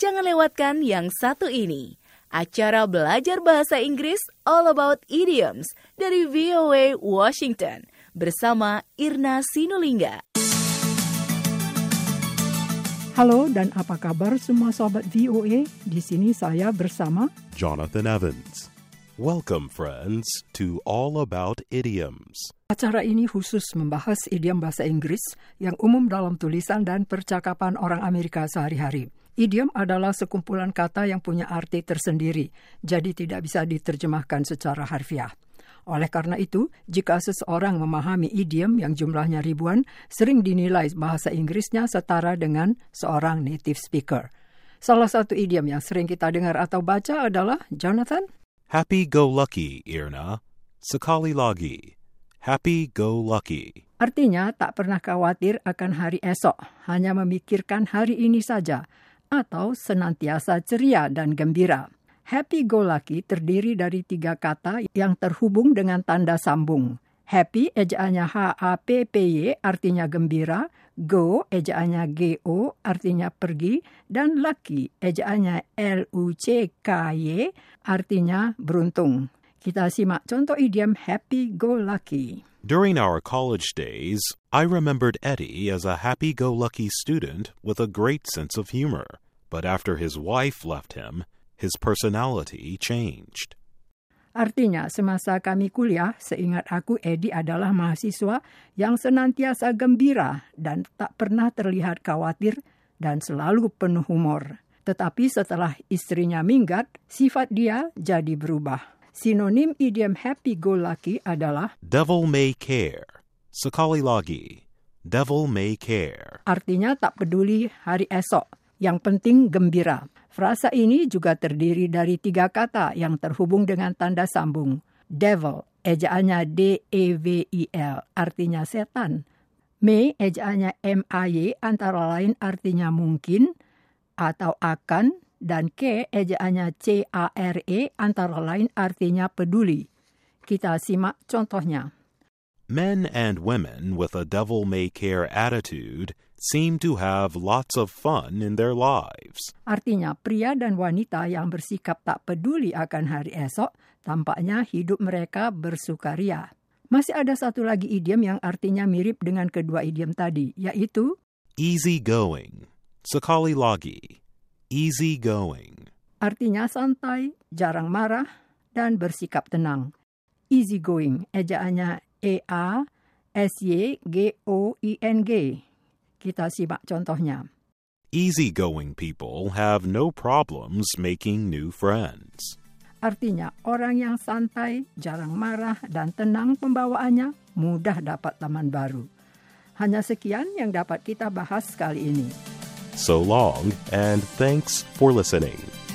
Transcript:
Jangan lewatkan yang satu ini. Acara belajar bahasa Inggris All About Idioms dari VOA Washington bersama Irna Sinulinga. Halo dan apa kabar semua sobat VOA? Di sini saya bersama Jonathan Evans. Welcome friends to All About Idioms. Acara ini khusus membahas idiom bahasa Inggris yang umum dalam tulisan dan percakapan orang Amerika sehari-hari. Idiom adalah sekumpulan kata yang punya arti tersendiri, jadi tidak bisa diterjemahkan secara harfiah. Oleh karena itu, jika seseorang memahami idiom yang jumlahnya ribuan, sering dinilai bahasa Inggrisnya setara dengan seorang native speaker. Salah satu idiom yang sering kita dengar atau baca adalah, Jonathan? Happy-go-lucky, Irna. Sekali lagi. Happy-go-lucky. Artinya tak pernah khawatir akan hari esok, hanya memikirkan hari ini saja, atau senantiasa ceria dan gembira. Happy-go-lucky terdiri dari 3 kata yang terhubung dengan tanda sambung. Happy, ejaannya H-A-P-P-Y, artinya gembira. Go, ejaannya G-O, artinya pergi. Dan lucky, ejaannya L-U-C-K-Y, artinya beruntung. Kita simak contoh idiom happy-go-lucky. During our college days, I remembered Eddie as a happy-go-lucky student with a great sense of humor. But after his wife left him, his personality changed. Artinya, semasa kami kuliah, seingat aku Eddie adalah mahasiswa yang senantiasa gembira dan tak pernah terlihat khawatir dan selalu penuh humor. Tetapi setelah istrinya minggat, sifat dia jadi berubah. Sinonim idiom happy-go-lucky adalah Devil may care. Sekali lagi. Devil may care. Artinya tak peduli hari esok, yang penting gembira. Frasa ini juga terdiri dari 3 kata yang terhubung dengan tanda sambung. Devil, ejaannya D-E-V-I-L, artinya setan. May, ejaannya M-A-Y, antara lain artinya mungkin atau akan. Dan K, ejaannya C-A-R-E, antara lain artinya peduli. Kita simak contohnya. Men and women with a devil-may-care attitude seem to have lots of fun in their lives. Artinya, pria dan wanita yang bersikap tak peduli akan hari esok, tampaknya hidup mereka bersukaria. Masih ada satu lagi idiom yang artinya mirip dengan kedua idiom tadi, yaitu Easy going. Sekali lagi. Easy going. Artinya santai, jarang marah, dan bersikap tenang. Easy going, ejaannya E-A-S-Y-G-O-I-N-G. Kita simak contohnya. Easygoing people have no problems making new friends. Artinya, orang yang santai, jarang marah, dan tenang pembawaannya, mudah dapat teman baru. Hanya sekian yang dapat kita bahas kali ini. So long, and thanks for listening.